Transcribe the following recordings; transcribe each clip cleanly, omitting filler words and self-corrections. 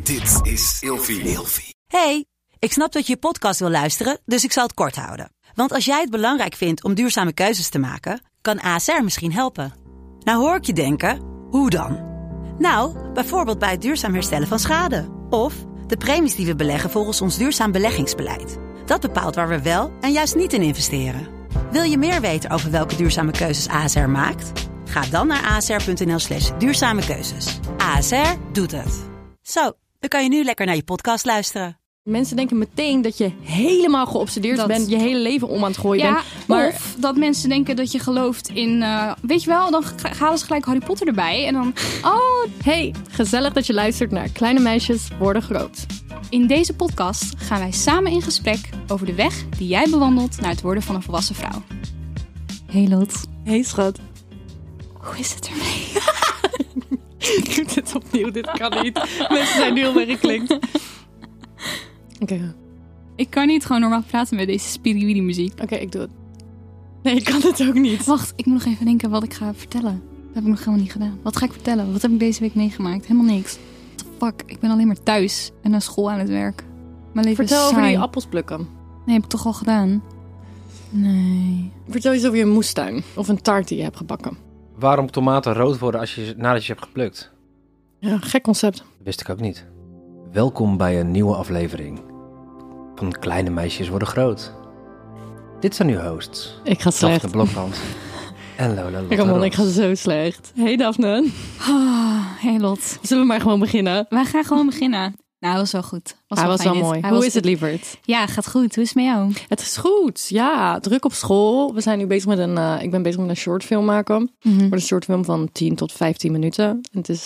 Dit is Ilfie. Hey, ik snap dat je je podcast wil luisteren, dus ik zal het kort houden. Want als jij het belangrijk vindt om duurzame keuzes te maken, kan ASR misschien helpen. Nou hoor ik je denken, hoe dan? Nou, bijvoorbeeld bij het duurzaam herstellen van schade. Of de premies die we beleggen volgens ons duurzaam beleggingsbeleid. Dat bepaalt waar we wel en juist niet in investeren. Wil je meer weten over welke duurzame keuzes ASR maakt? Ga dan naar asr.nl/duurzame keuzes. ASR doet het. Zo, dan kan je nu lekker naar je podcast luisteren. Mensen denken meteen dat je helemaal geobsedeerd bent, je hele leven om aan het gooien bent. Maar of dat mensen denken dat je gelooft in, weet je wel, dan halen ze gelijk Harry Potter erbij. En dan, Hey, gezellig dat je luistert naar Kleine Meisjes Worden Groot. In deze podcast gaan wij samen in gesprek over de weg die jij bewandelt naar het worden van een volwassen vrouw. Hey Lot. Hey schat. Hoe is het ermee? Ik doe dit opnieuw, dit kan niet. Mensen zijn nu al weggeklinkt. Oké. Ik kan niet gewoon normaal praten met deze spiriwiri muziek. Oké, ik doe het. Nee, ik kan het ook niet. Wacht, ik moet nog even denken wat ik ga vertellen. Dat heb ik nog helemaal niet gedaan. Wat ga ik vertellen? Wat heb ik deze week meegemaakt? Helemaal niks. What the fuck? Ik ben alleen maar thuis en naar school aan het werk. Mijn leven Vertel is over saai. die appels plukken. Nee, heb ik toch al gedaan? Nee. Vertel eens over je moestuin. Of een taart die je hebt gebakken. Waarom tomaten rood worden nadat je ze hebt geplukt? Ja, gek concept. Wist ik ook niet. Welkom bij een nieuwe aflevering van Kleine Meisjes Worden Groot. Dit zijn uw hosts. Ik ga slecht. Daphne Blokland en Lola Lotte Kom on, ik Roos. ga zo slecht. Hey Daphne. Hey Lot. Zullen we maar gewoon beginnen? Wij gaan gewoon beginnen. Nou, dat was wel goed. Hij was wel mooi. Hoe is het, lieverd? Ja, gaat goed. Hoe is het met jou? Het is goed. Ja, druk op school. We zijn nu bezig met ik ben bezig met een shortfilm maken. Voor een shortfilm van 10 tot 15 minuten.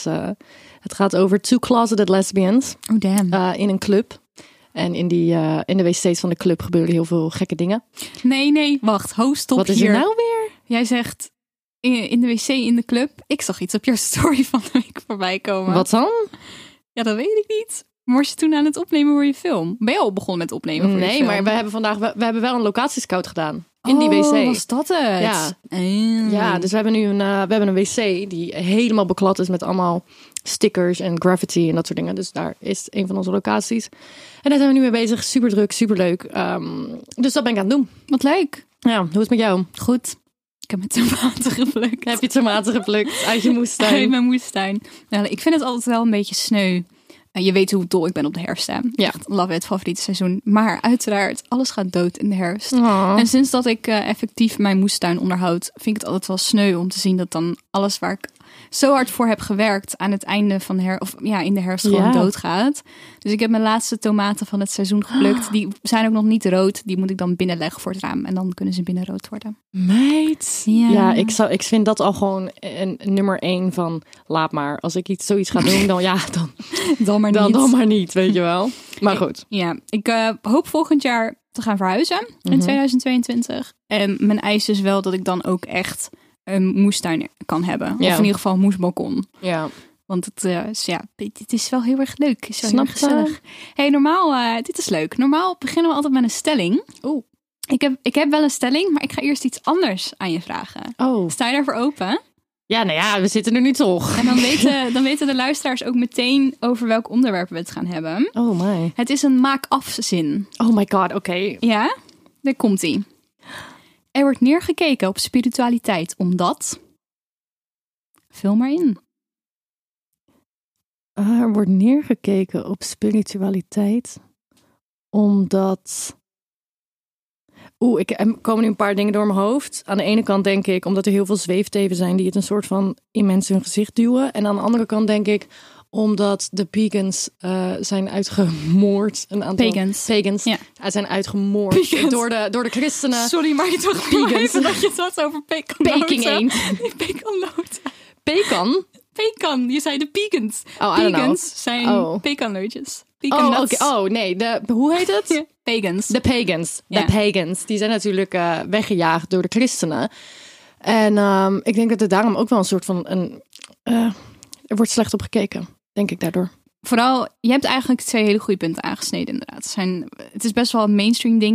Het gaat over 2 closeted lesbians. Oh, damn. In een club. En in de wc's van de club gebeuren heel veel gekke dingen. Nee. Wacht. Ho, stop Wat is hier. er nou weer? Jij zegt in de wc in de club. Ik zag iets op jouw story van de week voorbij komen. Wat dan? Ja, dat weet ik niet. Maar was je toen aan het opnemen voor je film? Ben je al begonnen met opnemen voor je film? Nee, maar we hebben wel een locatiescout gedaan. In die wc. Was dat het? Ja. Ja, dus we hebben nu een wc die helemaal beklad is met allemaal stickers en graffiti en dat soort dingen. Dus daar is een van onze locaties. En daar zijn we nu mee bezig. Super druk, super leuk. Dus dat ben ik aan het doen. Wat leuk. Ja, hoe is het met jou? Goed. Ik heb mijn tomaten geplukt. Heb je tomaten geplukt uit je moestuin? Uit mijn moestuin. Nou, ik vind het altijd wel een beetje sneu. Je weet hoe dol ik ben op de herfst. Hè? Ja. Echt, love it, favoriete seizoen. Maar uiteraard, alles gaat dood in de herfst. Oh. En sinds dat ik effectief mijn moestuin onderhoud, vind ik het altijd wel sneu om te zien dat dan alles waar ik zo hard voor heb gewerkt aan het einde van in de herfst gewoon doodgaat. Dus ik heb mijn laatste tomaten van het seizoen geplukt. Die zijn ook nog niet rood. Die moet ik dan binnenleggen voor het raam. En dan kunnen ze binnen rood worden. Meid. Ja. Ja, ik vind dat al gewoon een nummer 1 van laat maar. Als ik zoiets ga doen, dan Dan maar niet. Dan maar niet, weet je wel. Maar goed. Ja, ik hoop volgend jaar te gaan verhuizen in 2022. En mijn eis is wel dat ik dan ook echt een moestuin kan hebben. Ja. Of in ieder geval een moesbalkon. Ja. Want het is wel heel erg leuk. Het is wel Snap heel erg gezellig. Hey, normaal, dit is leuk. Normaal beginnen we altijd met een stelling. Oeh. Ik heb wel een stelling, maar ik ga eerst iets anders aan je vragen. Oh. Sta je daarvoor open? Ja, nou ja, we zitten er nu toch. En dan weten de luisteraars ook meteen over welk onderwerp we het gaan hebben. Oh my. Het is een maak-afzin. Oh my god, oké. Ja, daar komt-ie. Er wordt neergekeken op spiritualiteit omdat... Vul maar in. Er wordt neergekeken op spiritualiteit omdat... er komen nu een paar dingen door mijn hoofd. Aan de ene kant denk ik, omdat er heel veel zweefteven zijn die het een soort van in mensen hun gezicht duwen. En aan de andere kant denk ik, omdat de pagans zijn uitgemoord. Een aantal pagans Ja. zijn uitgemoord door de christenen. Sorry, maar je toch even dat je het had over pekannoten. Peking eend. Pekannoten. Pekan? Pekan, je zei de pekans. Oh, I don't know. Pekans zijn pekannootjes. Pekannuts. Nee, hoe heet het? Ja, pagans. De pagans. Ja. De pagans. Die zijn natuurlijk weggejaagd door de christenen. En ik denk dat er daarom ook wel een soort van... er wordt slecht op gekeken, denk ik daardoor. Vooral, je hebt eigenlijk 2 hele goede punten aangesneden inderdaad. Het is best wel een mainstream ding.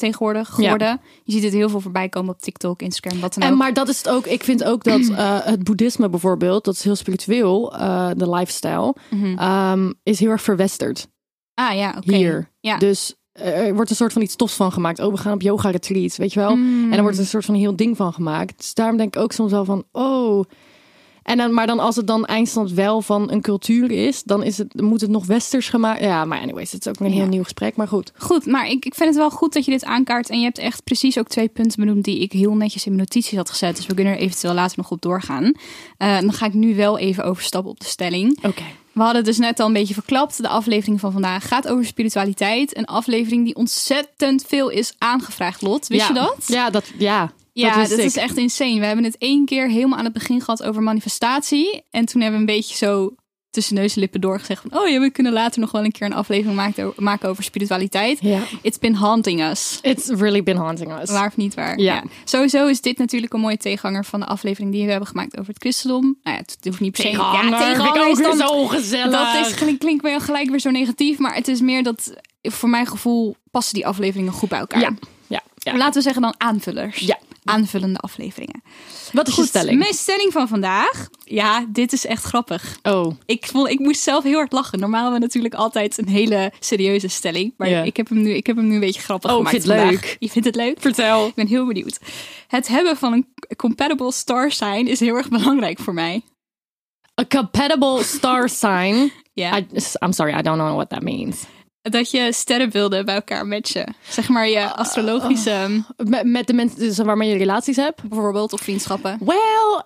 tegenwoordig geworden. Ja. Je ziet het heel veel voorbij komen op TikTok, Instagram, wat dan ook. Maar dat is het ook. Ik vind ook dat het boeddhisme bijvoorbeeld, dat is heel spiritueel, de lifestyle, is heel erg verwesterd. Ah ja, oké. Hier. Ja. Dus er wordt een soort van iets tofs van gemaakt. Oh, we gaan op yoga retreat, weet je wel? En dan wordt er een soort van heel ding van gemaakt. Dus daarom denk ik ook soms wel van, maar dan als het dan eindstand wel van een cultuur is, dan moet het nog westers gemaakt. Ja, maar anyways, het is ook een heel nieuw gesprek, maar goed. Goed, maar ik vind het wel goed dat je dit aankaart. En je hebt echt precies ook 2 punten benoemd die ik heel netjes in mijn notities had gezet. Dus we kunnen er eventueel later nog op doorgaan. Dan ga ik nu wel even overstappen op de stelling. Oké. We hadden dus net al een beetje verklapt. De aflevering van vandaag gaat over spiritualiteit. Een aflevering die ontzettend veel is aangevraagd, Lot. Wist je dat? Ja, dat is echt insane. We hebben het 1 keer helemaal aan het begin gehad over manifestatie. En toen hebben we een beetje zo tussen neus en lippen doorgezegd van, we kunnen later nog wel een keer een aflevering maken over spiritualiteit. Ja. It's been haunting us. It's really been haunting us. Waar of niet waar? Ja. Sowieso is dit natuurlijk een mooie tegenhanger van de aflevering die we hebben gemaakt over het christendom. Nou ja, het hoeft niet per se. Tegenhanger is dan zo gezellig. Dat klinkt wel gelijk weer zo negatief, maar het is meer dat voor mijn gevoel passen die afleveringen goed bij elkaar. Ja. Laten we zeggen dan aanvullers. Ja. Aanvullende afleveringen. Wat is je stelling? Mijn stelling van vandaag. Ja, dit is echt grappig. Oh. Ik moest zelf heel hard lachen. Normaal hebben we natuurlijk altijd een hele serieuze stelling. Maar ik heb hem nu een beetje grappig gemaakt. Ik vind het leuk. Je vindt het leuk? Vertel. Ik ben heel benieuwd. Het hebben van een compatible star sign is heel erg belangrijk voor mij. A compatible star sign? Ja. I'm sorry, I don't know what that means. Dat je sterrenbeelden bij elkaar matchen. Zeg maar je astrologische... Met de mensen waarmee je relaties hebt? Bijvoorbeeld, of vriendschappen. Well,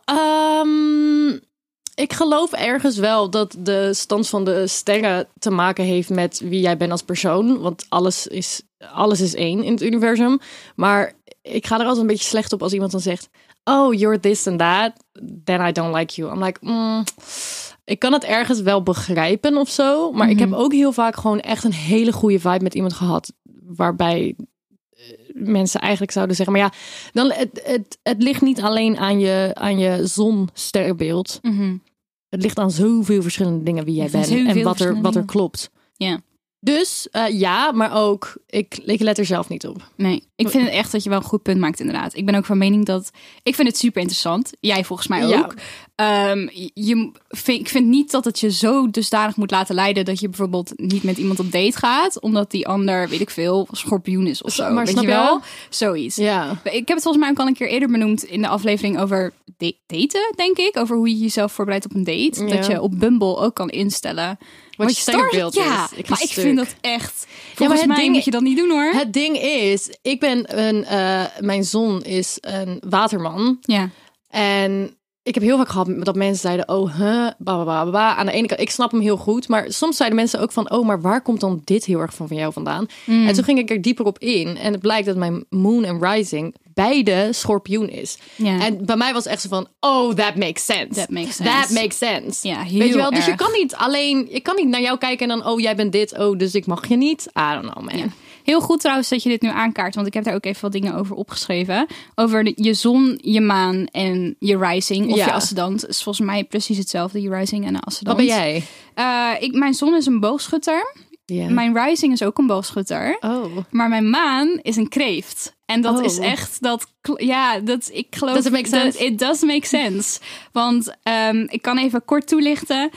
ik geloof ergens wel dat de stand van de sterren te maken heeft met wie jij bent als persoon. Want alles is één in het universum. Maar ik ga er altijd een beetje slecht op als iemand dan zegt, oh, you're this and that, then I don't like you. I'm like, ik kan het ergens wel begrijpen of zo. Maar ik heb ook heel vaak gewoon echt een hele goede vibe met iemand gehad. Waarbij mensen eigenlijk zouden zeggen, maar ja, dan het ligt niet alleen aan je zonsterrenbeeld. Het ligt aan zoveel verschillende dingen wie jij bent en wat er klopt. Ja. Dus ja, maar ook, ik let er zelf niet op. Nee, ik vind het echt dat je wel een goed punt maakt inderdaad. Ik ben ook van mening dat, ik vind het super interessant. Jij volgens mij ook. Ik vind niet dat het je zo dusdanig moet laten leiden dat je bijvoorbeeld niet met iemand op date gaat, omdat die ander, weet ik veel, schorpioen is of zo. Maar weet je wel? Zoiets. Ja. Ik heb het volgens mij ook al een keer eerder benoemd in de aflevering over daten, denk ik. Over hoe je jezelf voorbereidt op een date. Ja. Dat je op Bumble ook kan instellen wat je sterrenbeeld is. Ja, maar ik vind dat echt... Volgens mij moet je dat niet doen, hoor. Het ding is, mijn zon is een waterman. Ja. En ik heb heel vaak gehad dat mensen zeiden, aan de ene kant, ik snap hem heel goed, maar soms zeiden mensen ook van, maar waar komt dan dit heel erg van jou vandaan? En toen ging ik er dieper op in en het blijkt dat mijn moon en rising beide schorpioen is. Ja. En bij mij was het echt zo van, that makes sense. That makes sense. Ja, heel weet je wel? erg. Dus je kan niet naar jou kijken en dan, jij bent dit, dus ik mag je niet. I don't know, man. Ja. Heel goed trouwens dat je dit nu aankaart, want ik heb daar ook even wat dingen over opgeschreven. Over je zon, je maan en je rising of je ascendant. Is volgens mij precies hetzelfde, je rising en een ascendant. Wat ben jij? Mijn zon is een boogschutter. Yeah. Mijn rising is ook een boogschutter. Oh. Maar mijn maan is een kreeft. En dat is echt ik geloof does it make sense? It does make sense. Want ik kan even kort toelichten.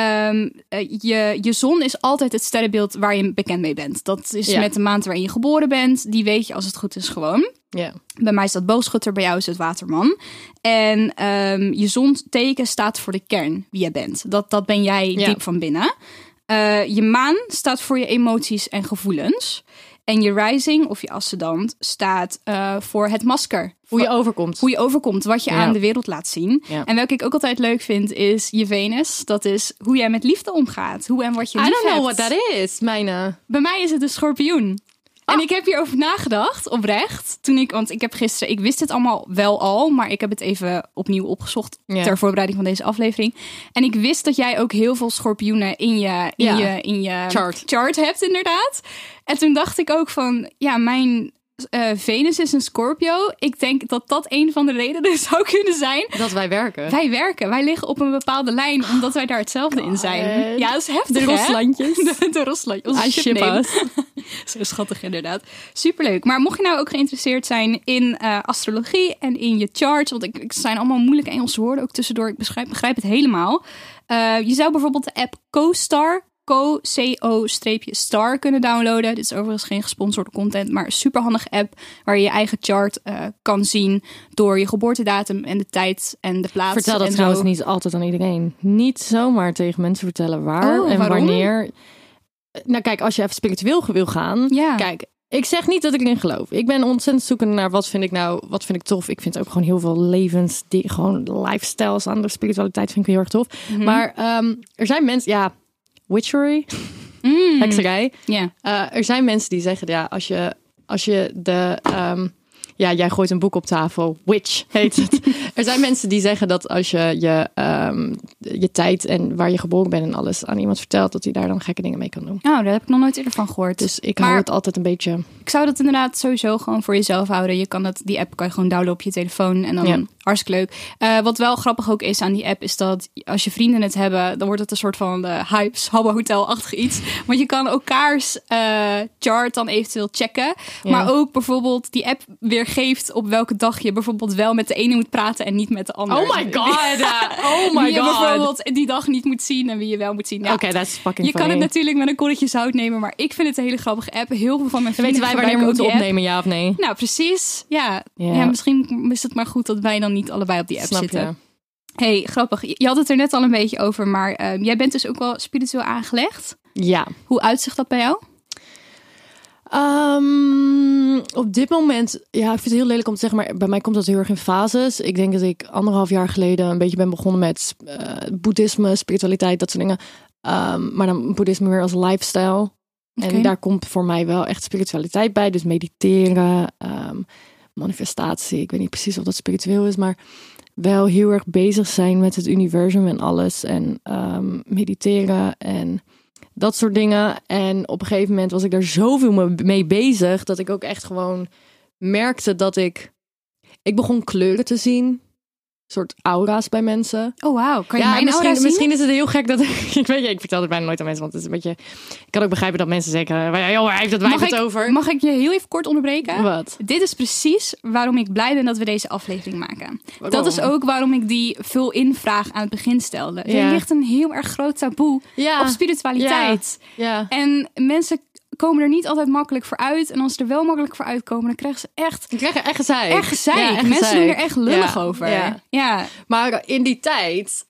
Je zon is altijd het sterrenbeeld waar je bekend mee bent. Dat is met de maand waarin je geboren bent. Die weet je als het goed is gewoon. Yeah. Bij mij is dat boogschutter, bij jou is het waterman. En je zonteken staat voor de kern wie jij bent. Dat ben jij diep van binnen. Je maan staat voor je emoties en gevoelens. En je rising of je ascendant staat voor het masker. Hoe je overkomt. Wat je aan de wereld laat zien. Ja. En welke ik ook altijd leuk vind is je Venus. Dat is hoe jij met liefde omgaat. Hoe en wat je lief hebt. I don't know what that is. Bij mij is het een schorpioen. En ik heb hierover nagedacht, oprecht. Want ik wist het allemaal wel al, maar ik heb het even opnieuw opgezocht ter voorbereiding van deze aflevering. En ik wist dat jij ook heel veel schorpioenen in je chart hebt, inderdaad. En toen dacht ik ook van, mijn Venus is een Scorpio. Ik denk dat dat een van de redenen zou kunnen zijn. Dat wij werken. Wij werken. Wij liggen op een bepaalde lijn, omdat wij daar hetzelfde in zijn. Ja, dat is heftig, de Roslandjes. De Roslandjes. Onze shipname. Zo schattig inderdaad. Superleuk. Maar mocht je nou ook geïnteresseerd zijn in astrologie en in je charts, want het zijn allemaal moeilijke Engelse woorden ook tussendoor. Ik begrijp het helemaal. Je zou bijvoorbeeld de app CoStar, CO-star kunnen downloaden. Dit is overigens geen gesponsorde content, maar een superhandige app waar je je eigen chart kan zien door je geboortedatum en de tijd en de plaats. Vertel dat trouwens niet altijd aan iedereen. Niet zomaar tegen mensen vertellen waar en waarom? wanneer. Nou kijk, als je even spiritueel wil gaan. Ja. Kijk, ik zeg niet dat ik erin geloof. Ik ben ontzettend zoekende naar wat vind ik tof. Ik vind ook gewoon heel veel levens, gewoon lifestyles aan de spiritualiteit vind ik heel erg tof. Mm-hmm. Maar er zijn mensen, witchery, hekserij. Ja. Er zijn mensen die zeggen, als je de... jij gooit een boek op tafel. Witch heet het. Er zijn mensen die zeggen dat als je je tijd en waar je geboren bent en alles aan iemand vertelt, dat hij daar dan gekke dingen mee kan doen. Oh, daar heb ik nog nooit eerder van gehoord. Dus ik hou het altijd een beetje... Ik zou dat inderdaad sowieso gewoon voor jezelf houden. Die app kan je gewoon downloaden op je telefoon en dan hartstikke leuk. Wat wel grappig ook is aan die app, is dat als je vrienden het hebben, dan wordt het een soort van Hypes, Habbo Hotel-achtig iets. Want je kan elkaars chart dan eventueel checken. Ja. Maar ook bijvoorbeeld die app weergeeft op welke dag je bijvoorbeeld wel met de ene moet praten en niet met de andere. Oh my god! Oh my wie je god! bijvoorbeeld die dag niet moet zien en wie je wel moet zien. Ja, Oké, dat is fucking je kan het natuurlijk met een korreltje zout nemen, maar ik vind het een hele grappige app. Heel veel van mijn vrienden weten wij wanneer we moeten opnemen, ja of nee? Nou, precies. Ja, misschien is het maar goed dat wij dan niet allebei op die app zitten. Hey, grappig. Je had het er net al een beetje over, maar jij bent dus ook wel spiritueel aangelegd. Ja. Hoe uitzicht dat bij jou? Op dit moment, ik vind het heel lelijk om te zeggen, maar bij mij komt dat heel erg in fases. Ik denk dat ik 1,5 jaar geleden een beetje ben begonnen met boeddhisme, spiritualiteit, dat soort dingen. Maar dan boeddhisme weer als lifestyle. Okay. En daar komt voor mij wel echt spiritualiteit bij. Dus mediteren, manifestatie. Ik weet niet precies of dat spiritueel is, maar wel heel erg bezig zijn met het universum en alles. En mediteren en dat soort dingen. En op een gegeven moment was ik daar zoveel mee bezig dat ik ook echt gewoon merkte dat ik begon kleuren te zien. Soort aura's bij mensen. Oh wauw, kan je mijn aura zien? Misschien is het heel gek dat ik vertel het bijna nooit aan mensen, want het is een beetje. Ik kan ook begrijpen dat mensen zeggen, waar heeft dat wijf het over? Mag ik je heel even kort onderbreken? Wat? Dit is precies waarom ik blij ben dat we deze aflevering maken. Waarom? Dat is ook waarom ik die vul-in vraag aan het begin stelde. Er ligt een heel erg groot taboe op spiritualiteit. Ja. En mensen komen er niet altijd makkelijk voor uit. En als ze er wel makkelijk voor uitkomen, dan krijgen ze echt... Die krijgen echt gezeik. Echt gezeik. Mensen doen er echt lullig over. Ja. Maar in die tijd...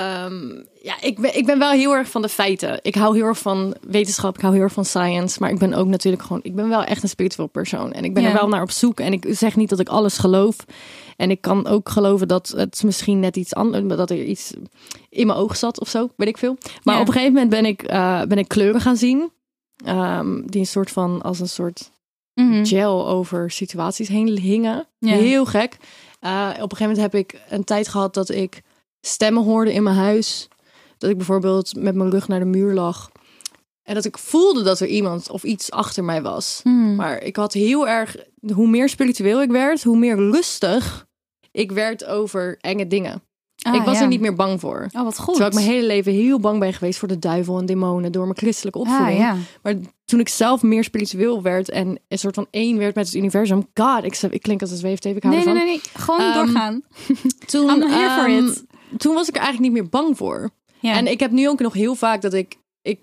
ik ben wel heel erg van de feiten. Ik hou heel erg van wetenschap. Ik hou heel erg van science. Maar ik ben ook natuurlijk gewoon... Ik ben wel echt een spiritueel persoon. En ik ben er wel naar op zoek. En ik zeg niet dat ik alles geloof. En ik kan ook geloven dat het misschien net iets anders... Dat er iets in mijn oog zat of zo. Weet ik veel. Maar op een gegeven moment ben ik kleuren gaan zien. Die een soort van als een soort gel over situaties heen hingen. Ja. Heel gek. Op een gegeven moment heb ik een tijd gehad dat ik stemmen hoorde in mijn huis. Dat ik bijvoorbeeld met mijn rug naar de muur lag. En dat ik voelde dat er iemand of iets achter mij was. Maar ik had heel erg... Hoe meer spiritueel ik werd, hoe meer rustig ik werd over enge dingen. Ik was er niet meer bang voor. Oh, wat goed. Terwijl ik mijn hele leven heel bang ben geweest voor de duivel en demonen door mijn christelijke opvoeding. Ja. Maar toen ik zelf meer spiritueel werd en een soort van één werd met het universum. God, ik klink als een zweefteep. Ik hou ervan. Nee. Gewoon doorgaan. Toen, I'm here for it. Toen was ik er eigenlijk niet meer bang voor. Ja. En ik heb nu ook nog heel vaak dat ik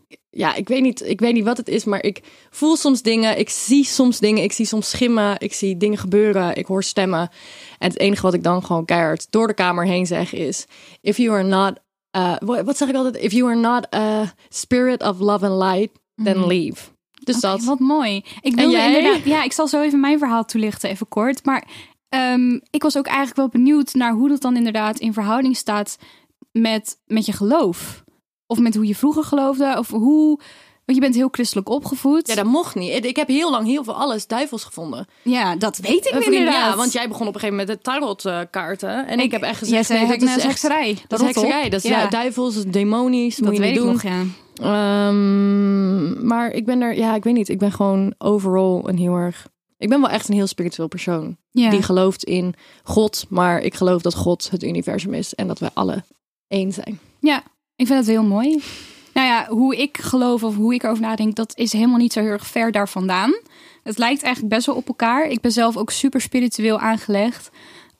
weet niet wat het is, maar ik voel soms dingen, ik zie soms dingen, ik zie soms schimmen, ik zie dingen gebeuren, ik hoor stemmen. En het enige wat ik dan gewoon keihard door de kamer heen zeg is, if you are not, wat zeg ik altijd? If you are not a spirit of love and light, then leave. Dus dat. Wat mooi. Ik wilde inderdaad, ik zal zo even mijn verhaal toelichten, even kort. Maar ik was ook eigenlijk wel benieuwd naar hoe dat dan inderdaad in verhouding staat met je geloof. Of met hoe je vroeger geloofde. Of hoe... Want je bent heel christelijk opgevoed. Ja, dat mocht niet. Ik heb heel lang heel veel alles duivels gevonden. Ja, dat weet ik inderdaad. Ja, want jij begon op een gegeven moment met de tarotkaarten. En ik heb echt gezegd... dat is hekserij. Dat is hekserij. Dat is duivels, demonisch. Dat moet je weet niet doen. Ik nog, ja. Maar ik ben er... Ja, ik weet niet. Ik ben gewoon overal een heel erg Ik ben wel echt een heel spiritueel persoon. Ja. Die gelooft in God, maar ik geloof dat God het universum is en dat we alle één zijn. Ja, ik vind het heel mooi. Nou ja, hoe ik geloof of hoe ik erover nadenk, dat is helemaal niet zo heel erg ver daar vandaan. Het lijkt eigenlijk best wel op elkaar. Ik ben zelf ook super spiritueel aangelegd.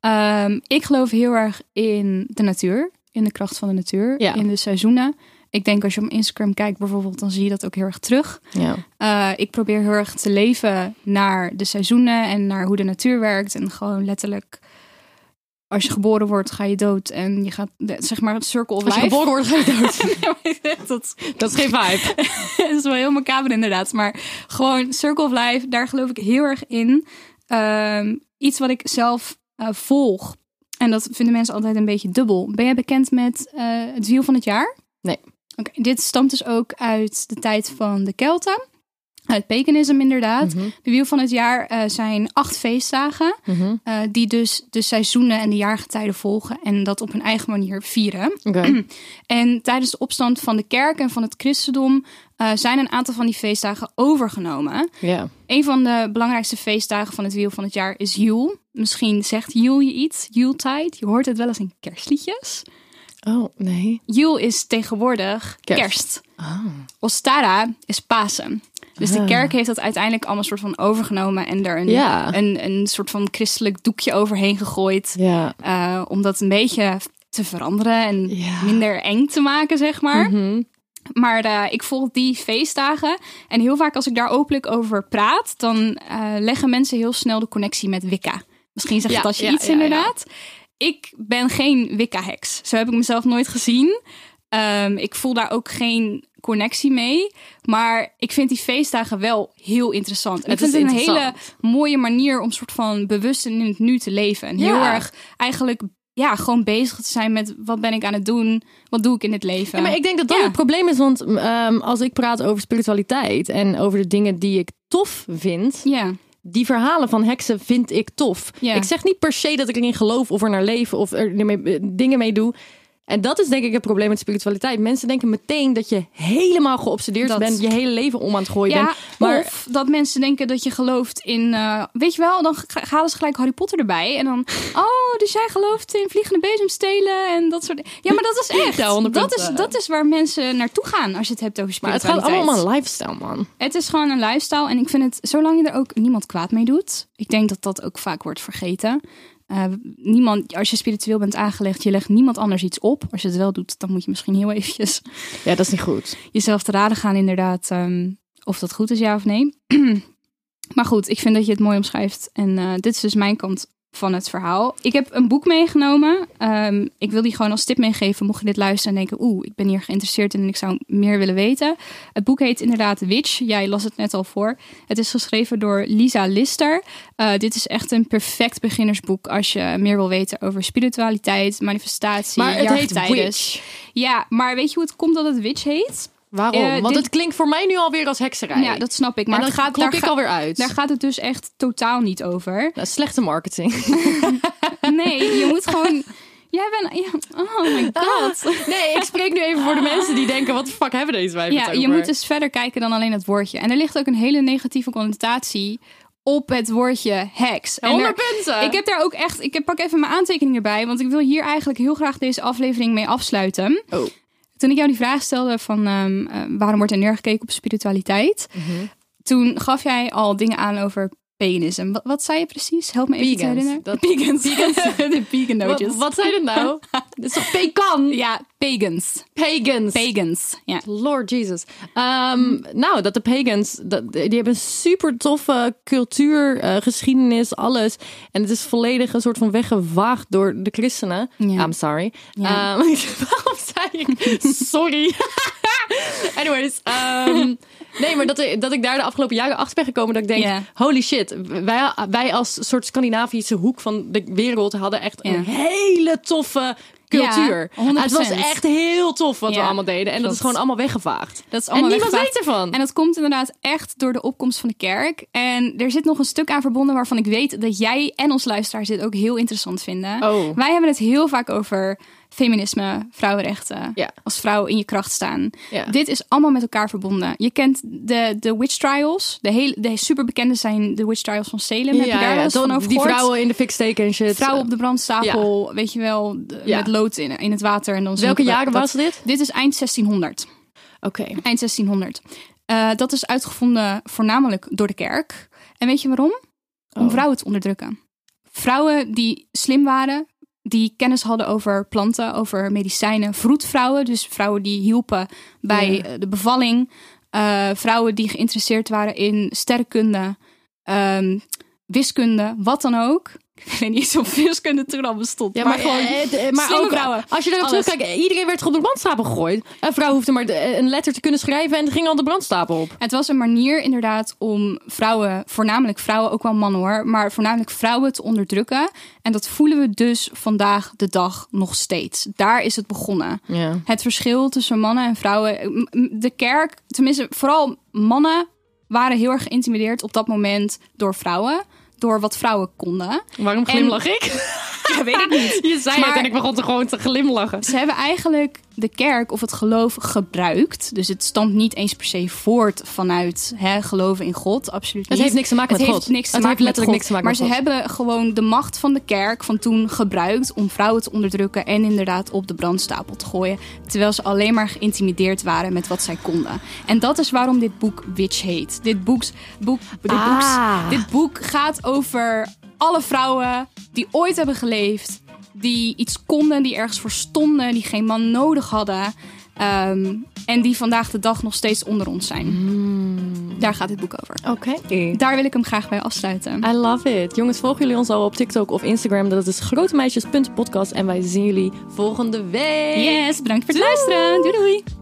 Ik geloof heel erg in de natuur, in de kracht van de natuur, in de seizoenen. Ik denk als je op Instagram kijkt bijvoorbeeld, dan zie je dat ook heel erg terug. Ja. Ik probeer heel erg te leven naar de seizoenen en naar hoe de natuur werkt. En gewoon letterlijk, als je geboren wordt, ga je dood. En je gaat, zeg maar, het circle of life. Als je geboren wordt, ga je dood. dat is geen vibe. Dat is wel heel macaber inderdaad. Maar gewoon circle of life, daar geloof ik heel erg in. Iets wat ik zelf volg. En dat vinden mensen altijd een beetje dubbel. Ben jij bekend met het wiel van het jaar? Nee. Oké, dit stamt dus ook uit de tijd van de Kelten. Het paganisme inderdaad. Mm-hmm. De wiel van het jaar zijn 8 feestdagen. Mm-hmm. Die dus de seizoenen en de jaargetijden volgen. En dat op hun eigen manier vieren. Okay. En tijdens de opstand van de kerk en van het christendom zijn een aantal van die feestdagen overgenomen. Yeah. Een van de belangrijkste feestdagen van het wiel van het jaar is Yule. Misschien zegt Yule je iets. Yuletide. Je hoort het wel eens in kerstliedjes. Oh, nee. Yule is tegenwoordig kerst. Oh. Ostara is Pasen. Dus de kerk heeft dat uiteindelijk allemaal soort van overgenomen en er een soort van christelijk doekje overheen gegooid. Ja. Om dat een beetje te veranderen en minder eng te maken, zeg maar. Mm-hmm. Maar ik volg die feestdagen. En heel vaak als ik daar openlijk over praat, dan leggen mensen heel snel de connectie met Wicca. Misschien zegt dat je iets inderdaad. Ja. Ik ben geen Wicca-heks. Zo heb ik mezelf nooit gezien. Ik voel daar ook geen connectie mee. Maar ik vind die feestdagen wel heel interessant. En ik vind het een hele mooie manier om soort van bewust in het nu te leven. En heel erg eigenlijk gewoon bezig te zijn met wat ben ik aan het doen? Wat doe ik in het leven? Ja, maar ik denk dat dat het probleem is. Want als ik praat over spiritualiteit en over de dingen die ik tof vind... Ja. Die verhalen van heksen vind ik tof. Ja. Ik zeg niet per se dat ik erin geloof of er naar leef of er dingen mee doe. En dat is denk ik het probleem met spiritualiteit. Mensen denken meteen dat je helemaal geobsedeerd bent, je hele leven om aan het gooien bent. Maar of dat mensen denken dat je gelooft in, weet je wel, dan halen ze gelijk Harry Potter erbij. En dan, dus jij gelooft in vliegende bezemstelen en dat soort dingen. Ja, maar dat is echt. Dat is waar mensen naartoe gaan als je het hebt over spiritualiteit. Maar het gaat allemaal om een lifestyle, man. Het is gewoon een lifestyle. En ik vind het, zolang je er ook niemand kwaad mee doet. Ik denk dat dat ook vaak wordt vergeten. Niemand, als je spiritueel bent aangelegd, je legt niemand anders iets op. Als je het wel doet, dan moet je misschien heel eventjes... Ja, dat is niet goed. Jezelf te raden gaan inderdaad of dat goed is, ja of nee. Maar goed, ik vind dat je het mooi omschrijft. En dit is dus mijn kant van het verhaal. Ik heb een boek meegenomen. Ik wil die gewoon als tip meegeven. Mocht je dit luisteren en denken, ik ben hier geïnteresseerd in en ik zou meer willen weten. Het boek heet inderdaad The Witch. Jij las het net al voor. Het is geschreven door Lisa Lister. Dit is echt een perfect beginnersboek als je meer wil weten over spiritualiteit, manifestatie, maar het heet Witch. Ja, maar weet je hoe het komt dat het Witch heet? Waarom? Want het klinkt voor mij nu alweer als hekserij. Ja, dat snap ik. Maar en dan klok ik alweer uit. Daar gaat het dus echt totaal niet over. Slechte marketing. Nee, je moet gewoon... Jij bent... Ja, oh my god. Nee, ik spreek nu even voor de mensen die denken... wat de fuck hebben deze wijven het over? Je moet dus verder kijken dan alleen het woordje. En er ligt ook een hele negatieve connotatie op het woordje heks. 100 punten. Ik heb daar ook echt... Ik pak even mijn aantekeningen bij. Want ik wil hier eigenlijk heel graag deze aflevering mee afsluiten. Oh. Toen ik jou die vraag stelde van waarom wordt er neergekeken op spiritualiteit? Mm-hmm. Toen gaf jij al dingen aan over paganisme. Wat zei je precies? Help me even te herinneren. Pagans. De pagan nootjes. Wat zei dat nou? Dat is toch pecan? Ja, pagans. Pagans, ja. Lord Jesus. Nou, dat de pagans, die hebben een super toffe cultuur, geschiedenis, alles. En het is volledig een soort van weggevaagd door de christenen. Ja. I'm sorry. Ja. Waarom zei ik? Sorry. Anyways. Nee, maar dat ik daar de afgelopen jaren achter ben gekomen dat ik denk, holy shit. Wij als soort Scandinavische hoek van de wereld hadden echt een hele toffe cultuur. Ja, het was echt heel tof wat we allemaal deden. En dat is gewoon allemaal weggevaagd. Dat is allemaal en niemand weet ervan. En dat komt inderdaad echt door de opkomst van de kerk. En er zit nog een stuk aan verbonden waarvan ik weet dat jij en ons luisteraars dit ook heel interessant vinden. Oh. Wij hebben het heel vaak over feminisme, vrouwenrechten, als vrouw in je kracht staan. Ja. Dit is allemaal met elkaar verbonden. Je kent de witch trials. De superbekende zijn de witch trials van Salem. Heb je daar wel eens van over die gehoord? Vrouwen in de fik steken en shit. Vrouwen op de brandstapel, weet je wel, met lood in het water. En dan welke jaren was dit? Dit is eind 1600. Oké. Eind 1600. Dat is uitgevonden voornamelijk door de kerk. En weet je waarom? Om vrouwen te onderdrukken. Vrouwen die slim waren, die kennis hadden over planten, over medicijnen. Vroedvrouwen, dus vrouwen die hielpen bij de bevalling. Vrouwen die geïnteresseerd waren in sterrenkunde, wiskunde, wat dan ook. Ik weet niet of wiskunde toen al bestond. Ja, maar gewoon slimme ook, vrouwen. Als je daarop terugkijkt, iedereen werd op de brandstapel gegooid. Een vrouw hoefde maar een letter te kunnen schrijven en ging al de brandstapel op. Het was een manier inderdaad om vrouwen, voornamelijk vrouwen, ook wel mannen hoor, maar voornamelijk vrouwen te onderdrukken. En dat voelen we dus vandaag de dag nog steeds. Daar is het begonnen. Ja. Het verschil tussen mannen en vrouwen. De kerk, tenminste vooral mannen, waren heel erg geïntimideerd op dat moment door vrouwen. Door wat vrouwen konden. Waarom glimlach ik? Ja, weet ik niet. Je zei het en ik begon gewoon te glimlachen. Ze hebben eigenlijk de kerk of het geloof gebruikt. Dus het stamt niet eens per se voort vanuit geloven in God. Absoluut niet. Het heeft niks te maken met God. Het heeft letterlijk niks te maken met God. Maar ze hebben gewoon de macht van de kerk van toen gebruikt om vrouwen te onderdrukken en inderdaad op de brandstapel te gooien. Terwijl ze alleen maar geïntimideerd waren met wat zij konden. En dat is waarom dit boek Witch heet. Dit boek gaat over alle vrouwen die ooit hebben geleefd, die iets konden, die ergens voor stonden, die geen man nodig hadden. En die vandaag de dag nog steeds onder ons zijn. Daar gaat dit boek over. Oké. Daar wil ik hem graag bij afsluiten. I love it. Jongens, volgen jullie ons al op TikTok of Instagram? Dat is grotemeisjes.podcast. En wij zien jullie volgende week. Yes, bedankt voor het luisteren. Doei doei.